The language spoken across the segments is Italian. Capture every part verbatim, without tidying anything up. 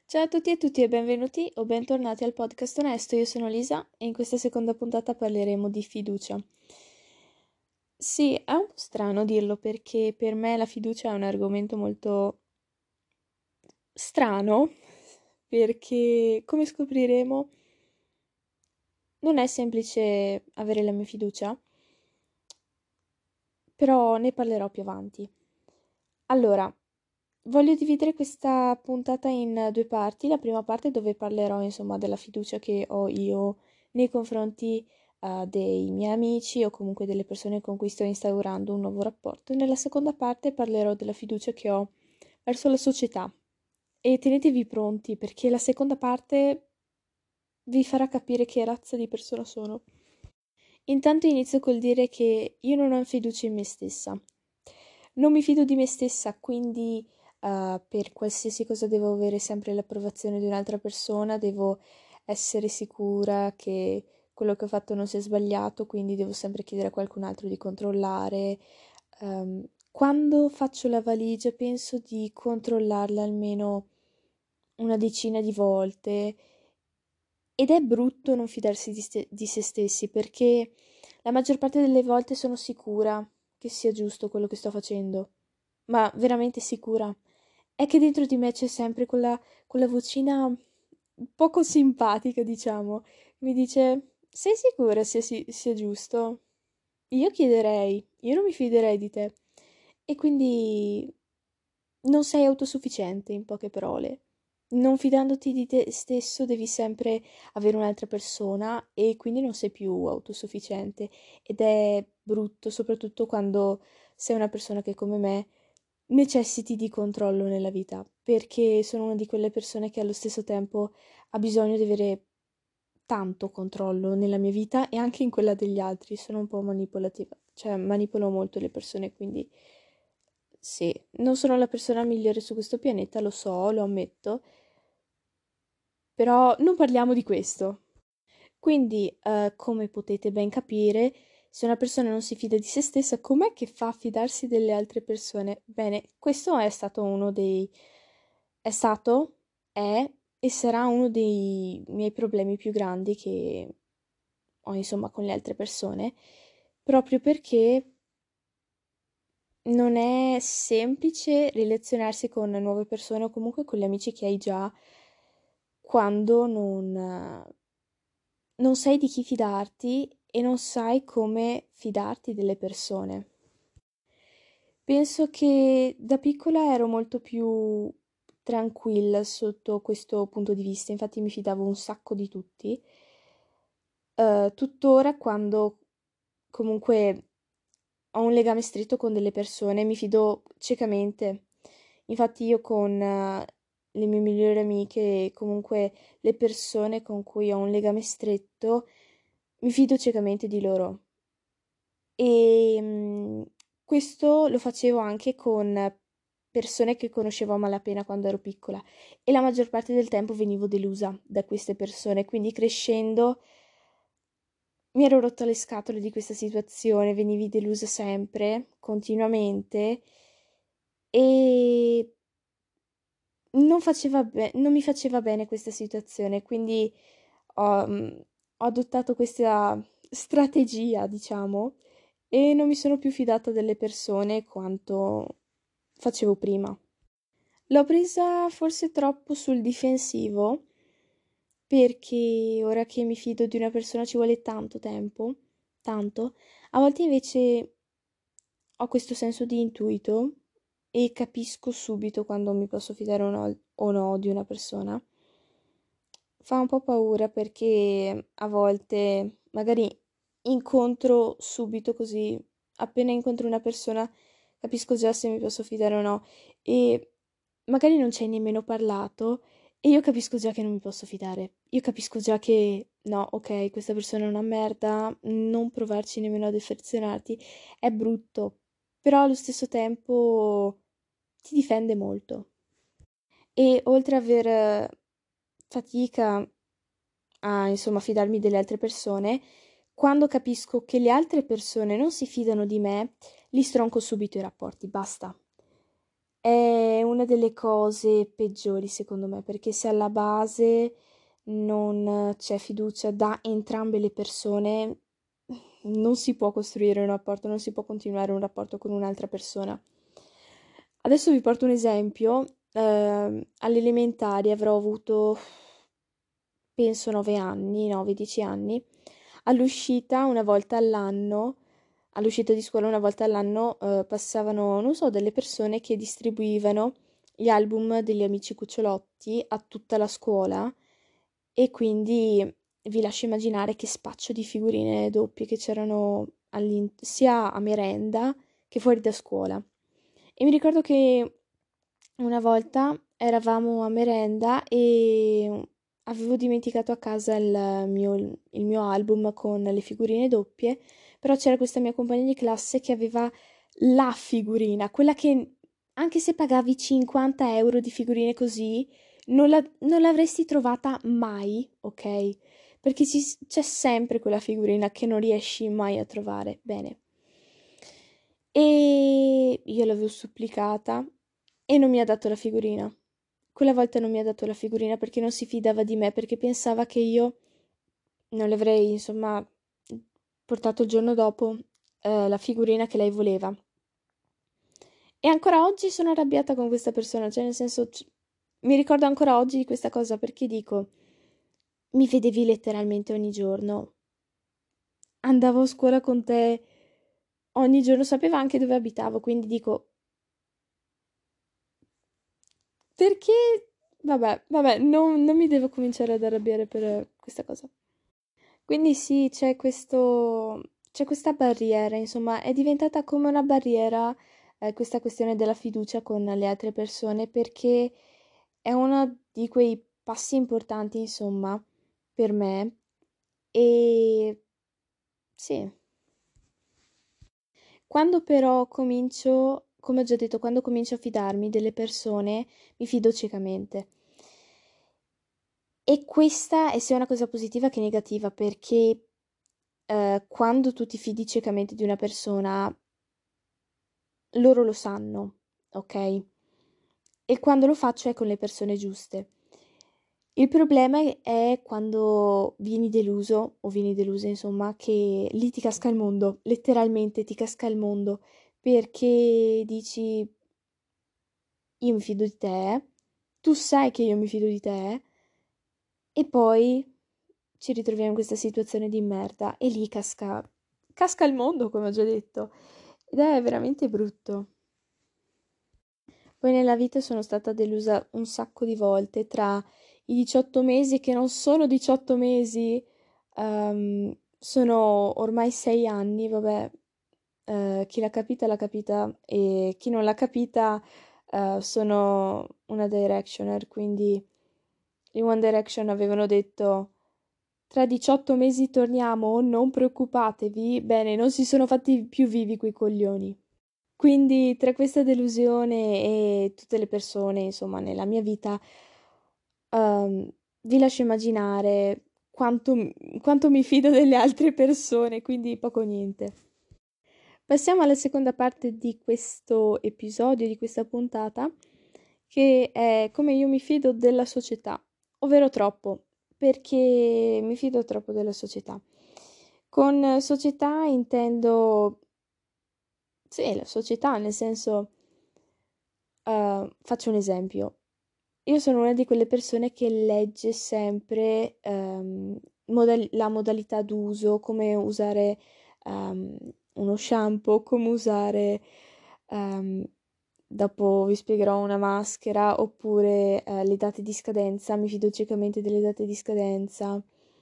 Ciao a tutti e a tutti e benvenuti o bentornati al podcast Onesto. Io sono Lisa e in questa seconda puntata parleremo di fiducia. Sì, è un po' strano dirlo perché per me la fiducia è un argomento molto strano perché, come scopriremo, non è semplice avere la mia fiducia, però ne parlerò più avanti. Allora, voglio dividere questa puntata in due parti. La prima parte dove parlerò, insomma, della fiducia che ho io nei confronti, eh, dei miei amici o comunque delle persone con cui sto instaurando un nuovo rapporto. Nella seconda parte parlerò della fiducia che ho verso la società. E tenetevi pronti perché la seconda parte vi farà capire che razza di persona sono. Intanto inizio col dire che io non ho fiducia in me stessa. Non mi fido di me stessa, quindi uh, per qualsiasi cosa devo avere sempre l'approvazione di un'altra persona, devo essere sicura che quello che ho fatto non sia sbagliato, quindi devo sempre chiedere a qualcun altro di controllare. Um, quando faccio la valigia penso di controllarla almeno una decina di volte ed è brutto non fidarsi di, ste- di se stessi perché la maggior parte delle volte sono sicura che sia giusto quello che sto facendo, ma veramente sicura. È che dentro di me c'è sempre quella, quella vocina poco simpatica, diciamo, che mi dice: sei sicura sia, si- sia giusto? Io chiederei, io non mi fiderei di te. E quindi non sei autosufficiente, in poche parole. Non fidandoti di te stesso devi sempre avere un'altra persona e quindi non sei più autosufficiente ed è brutto, soprattutto quando sei una persona che come me necessiti di controllo nella vita, perché sono una di quelle persone che allo stesso tempo ha bisogno di avere tanto controllo nella mia vita e anche in quella degli altri. Sono un po' manipolativa, cioè manipolo molto le persone, quindi sì, non sono la persona migliore su questo pianeta, lo so, lo ammetto, però non parliamo di questo. Quindi, eh, come potete ben capire, se una persona non si fida di se stessa, com'è che fa a fidarsi delle altre persone? Bene, questo è stato uno dei... è stato, è e sarà uno dei miei problemi più grandi che ho, insomma, con le altre persone, proprio perché non è semplice relazionarsi con nuove persone o comunque con gli amici che hai già quando non, non sai di chi fidarti e non sai come fidarti delle persone. Penso che da piccola ero molto più tranquilla sotto questo punto di vista, infatti mi fidavo un sacco di tutti. Eh, tuttora quando comunque ho un legame stretto con delle persone, mi fido ciecamente. Infatti io con eh, le mie migliori amiche e comunque le persone con cui ho un legame stretto, mi fido ciecamente di loro. E mm, questo lo facevo anche con persone che conoscevo a malapena quando ero piccola e la maggior parte del tempo venivo delusa da queste persone, quindi crescendo mi ero rotta le scatole di questa situazione, venivi delusa sempre, continuamente e non faceva be- non mi faceva bene questa situazione, quindi ho, mm, ho adottato questa strategia, diciamo, e non mi sono più fidata delle persone quanto facevo prima. L'ho presa forse troppo sul difensivo, perché ora che mi fido di una persona ci vuole tanto tempo, tanto. A volte invece ho questo senso di intuito e capisco subito quando mi posso fidare o no, o no di una persona. Fa un po' paura perché a volte magari incontro subito così, appena incontro una persona capisco già se mi posso fidare o no e magari non ci hai nemmeno parlato e io capisco già che non mi posso fidare. Io capisco già che no, ok, questa persona è una merda, non provarci nemmeno ad affezionarti, è brutto, però allo stesso tempo ti difende molto. E oltre a aver eh, fatica a, insomma, fidarmi delle altre persone, quando capisco che le altre persone non si fidano di me, li stronco subito i rapporti, basta. è una delle cose peggiori secondo me, perché se alla base non c'è fiducia da entrambe le persone, non si può costruire un rapporto, non si può continuare un rapporto con un'altra persona. Adesso vi porto un esempio. Eh, alle elementari avrò avuto, penso, nove anni, nove dieci anni. All'uscita, una volta all'anno, all'uscita di scuola, una volta all'anno, eh, passavano, non so, delle persone che distribuivano gli album degli amici cucciolotti a tutta la scuola e quindi vi lascio immaginare che spaccio di figurine doppie che c'erano all'in- sia a merenda che fuori da scuola. E mi ricordo che una volta eravamo a merenda e avevo dimenticato a casa il mio, il mio album con le figurine doppie, però c'era questa mia compagna di classe che aveva la figurina, quella che anche se pagavi cinquanta euro di figurine così, non la- non l'avresti trovata mai, ok? Perché ci- c'è sempre quella figurina che non riesci mai a trovare. Bene. E io l'avevo supplicata e non mi ha dato la figurina. Quella volta non mi ha dato la figurina perché non si fidava di me, perché pensava che io non le avrei, insomma, portato il giorno dopo eh, la figurina che lei voleva. E ancora oggi sono arrabbiata con questa persona, cioè nel senso, c- mi ricordo ancora oggi di questa cosa perché dico, mi vedevi letteralmente ogni giorno, andavo a scuola con te ogni giorno, sapeva anche dove abitavo, quindi dico, perché? Vabbè, vabbè, non, non mi devo cominciare ad arrabbiare per questa cosa. Quindi sì, c'è questo, c'è questa barriera, insomma, è diventata come una barriera, eh, questa questione della fiducia con le altre persone, perché è uno di quei passi importanti, insomma, per me. E sì, quando però comincio, come ho già detto, quando comincio a fidarmi delle persone, mi fido ciecamente. E questa è sia una cosa positiva che negativa, perché eh, quando tu ti fidi ciecamente di una persona, loro lo sanno, ok? E quando lo faccio è con le persone giuste. Il problema è quando vieni deluso o vieni delusa, insomma, che lì ti casca il mondo, letteralmente ti casca il mondo, perché dici io mi fido di te, tu sai che io mi fido di te, e poi ci ritroviamo in questa situazione di merda e lì casca, casca il mondo, come ho già detto, ed è veramente brutto. Poi nella vita sono stata delusa un sacco di volte tra i diciotto mesi che non sono diciotto mesi, ehm, sono ormai sei anni, vabbè, eh, chi l'ha capita l'ha capita e chi non l'ha capita, eh, sono una Directioner, quindi i One Direction avevano detto tra diciotto mesi torniamo, non preoccupatevi, bene, non si sono fatti più vivi quei coglioni. Quindi tra questa delusione e tutte le persone, insomma, nella mia vita, ehm, vi lascio immaginare quanto, quanto mi fido delle altre persone, quindi poco o niente. Passiamo alla seconda parte di questo episodio, di questa puntata, che è come io mi fido della società, ovvero troppo, perché mi fido troppo della società. Con società intendo, sì, la società, nel senso, eh, faccio un esempio. Io sono una di quelle persone che legge sempre ehm, modal- la modalità d'uso, come usare ehm, uno shampoo, come usare, ehm, dopo vi spiegherò una maschera, oppure eh, le date di scadenza, mi fido ciecamente delle date di scadenza.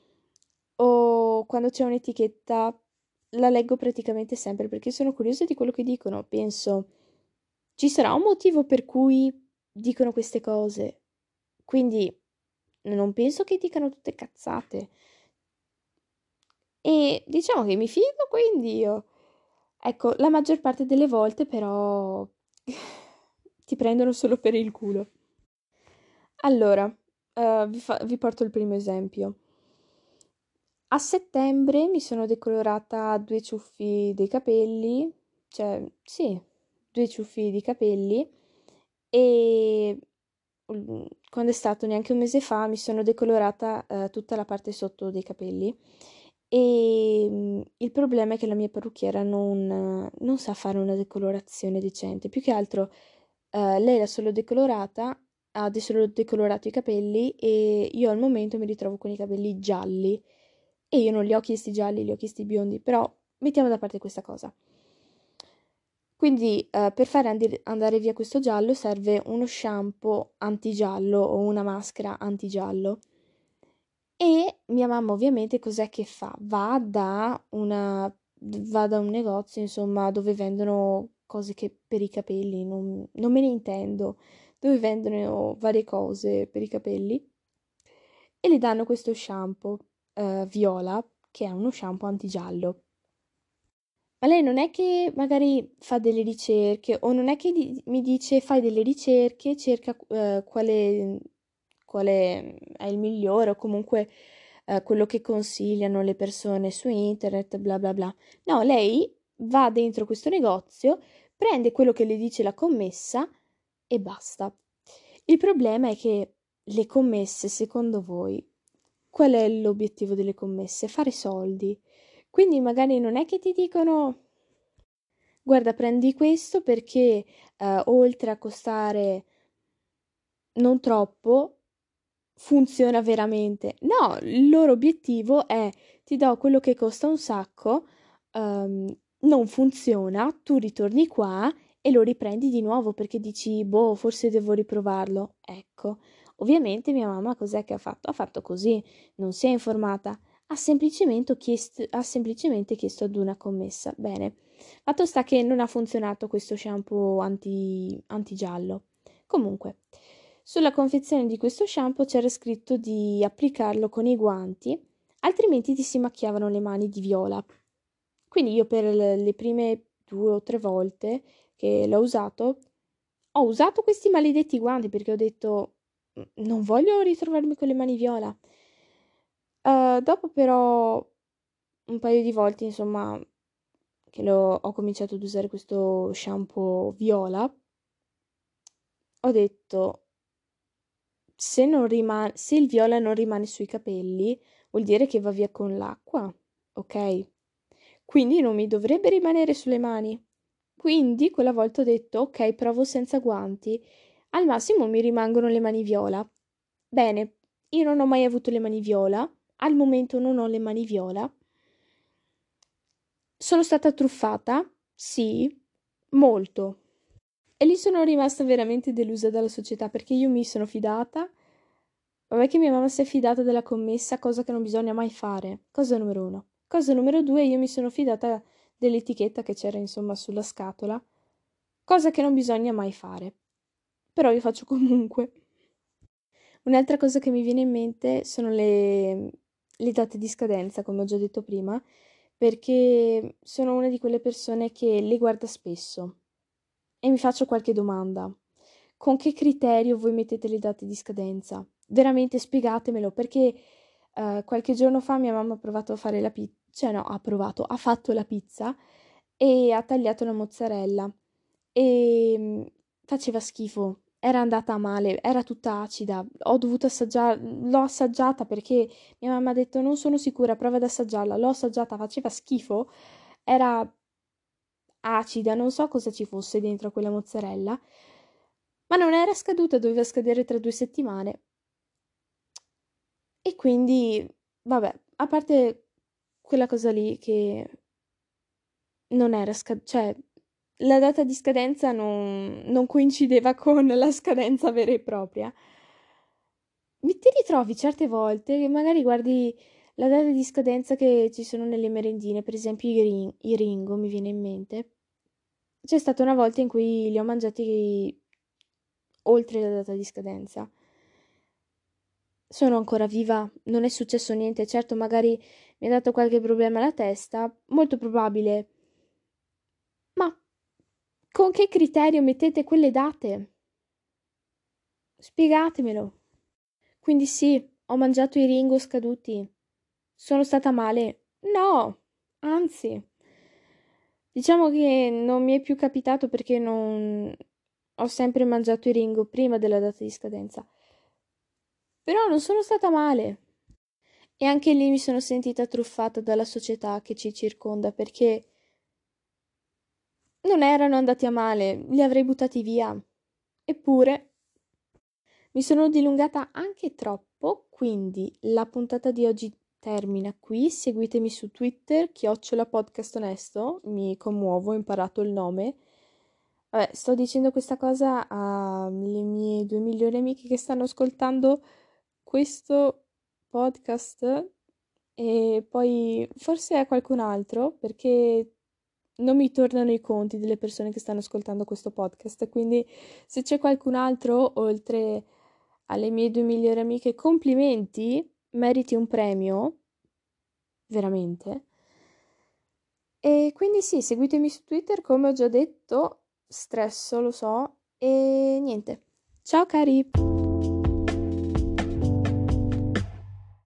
O quando c'è un'etichetta la leggo praticamente sempre perché sono curiosa di quello che dicono. Penso, ci sarà un motivo per cui dicono queste cose. Quindi non penso che dicano tutte cazzate. E diciamo che mi fido, quindi io. Ecco, la maggior parte delle volte però ti prendono solo per il culo. Allora, eh, vi, fa- vi porto il primo esempio. A settembre mi sono decolorata due ciuffi dei capelli, cioè sì, due ciuffi di capelli e mm, quando è stato neanche un mese fa mi sono decolorata eh, tutta la parte sotto dei capelli e mm, il problema è che la mia parrucchiera non, non sa fare una decolorazione decente, più che altro eh, lei l'ha solo decolorata, ha de- solo decolorato i capelli e io al momento mi ritrovo con i capelli gialli e io non li ho chiesti gialli, li ho chiesti biondi, però mettiamo da parte questa cosa. Quindi eh, per fare andi- andare via questo giallo serve uno shampoo antigiallo o una maschera antigiallo. E mia mamma ovviamente cos'è che fa? Va da una, va da un negozio, insomma, dove vendono cose che per i capelli, non, non me ne intendo, dove vendono varie cose per i capelli e le danno questo shampoo eh, viola, che è uno shampoo antigiallo. Ma lei non è che magari fa delle ricerche o non è che di- mi dice fai delle ricerche, cerca eh, quale, quale è il migliore o comunque eh, quello che consigliano le persone su internet, bla bla bla. No, lei va dentro questo negozio, prende quello che le dice la commessa e basta. Il problema è che le commesse, secondo voi, qual è l'obiettivo delle commesse? Fare soldi. Quindi magari non è che ti dicono, guarda, prendi questo perché eh, oltre a costare non troppo, funziona veramente. No, il loro obiettivo è ti do quello che costa un sacco, ehm, non funziona, tu ritorni qua e lo riprendi di nuovo perché dici, boh, forse devo riprovarlo. Ecco, ovviamente mia mamma cos'è che ha fatto? Ha fatto così, non si è informata, ha semplicemente chiesto, ha semplicemente chiesto ad una commessa. Bene, fatto sta che non ha funzionato questo shampoo anti, antigiallo. Comunque, sulla confezione di questo shampoo c'era scritto di applicarlo con i guanti, altrimenti ti si macchiavano le mani di viola. Quindi io per le le prime due o tre volte che l'ho usato, ho usato questi maledetti guanti perché ho detto "Mm, non voglio ritrovarmi con le mani viola. Eh, dopo però un paio di volte, insomma, che l'ho- ho cominciato ad usare questo shampoo viola, ho detto se non rima- se il viola non rimane sui capelli, vuol dire che va via con l'acqua, ok? Quindi non mi dovrebbe rimanere sulle mani. Quindi quella volta ho detto, ok, provo senza guanti. Al massimo mi rimangono le mani viola. Bene, io non ho mai avuto le mani viola. Al momento non ho le mani viola. Sono stata truffata? Sì, molto. E lì sono rimasta veramente delusa dalla società perché io mi sono fidata. Vabbè che mia mamma si è fidata della commessa, cosa che non bisogna mai fare. Cosa numero uno. Cosa numero due, io mi sono fidata dell'etichetta che c'era insomma sulla scatola, cosa che non bisogna mai fare. Però io faccio comunque. Un'altra cosa che mi viene in mente sono le, le date di scadenza, come ho già detto prima, perché sono una di quelle persone che le guarda spesso e mi faccio qualche domanda. Con che criterio voi mettete le date di scadenza? Veramente spiegatemelo, perché eh, qualche giorno fa mia mamma ha provato a fare la pizza, cioè no, ha provato, ha fatto la pizza e ha tagliato la mozzarella e mm, faceva schifo. Era andata male, era tutta acida. Ho dovuto assaggiare, l'ho assaggiata perché mia mamma ha detto non sono sicura, prova ad assaggiarla. L'ho assaggiata, faceva schifo. Era acida, non so cosa ci fosse dentro quella mozzarella, ma non era scaduta, doveva scadere tra due settimane. E quindi, vabbè, a parte quella cosa lì che non era scaduta, cioè la data di scadenza non, non coincideva con la scadenza vera e propria. Mi ti ritrovi certe volte che magari guardi la data di scadenza che ci sono nelle merendine, per esempio i, ring- i Ringo, mi viene in mente. C'è stata una volta in cui li ho mangiati oltre la data di scadenza. Sono ancora viva, non è successo niente, certo magari mi ha dato qualche problema alla testa, molto probabile, ma con che criterio mettete quelle date? Spiegatemelo. Quindi sì, ho mangiato i Ringo scaduti. Sono stata male? No, anzi. Diciamo che non mi è più capitato perché non ho sempre mangiato i Ringo prima della data di scadenza. Però non sono stata male. E anche lì mi sono sentita truffata dalla società che ci circonda perché non erano andati a male, li avrei buttati via. Eppure mi sono dilungata anche troppo, quindi la puntata di oggi termina qui. Seguitemi su Twitter, chiocciola podcast onesto, mi commuovo, ho imparato il nome. Vabbè, sto dicendo questa cosa alle mie due migliori amiche che stanno ascoltando questo podcast e poi forse a qualcun altro perché non mi tornano i conti delle persone che stanno ascoltando questo podcast, quindi se c'è qualcun altro oltre alle mie due migliori amiche, complimenti, meriti un premio, veramente. E quindi sì, seguitemi su Twitter, come ho già detto, stresso, lo so, e niente. Ciao cari!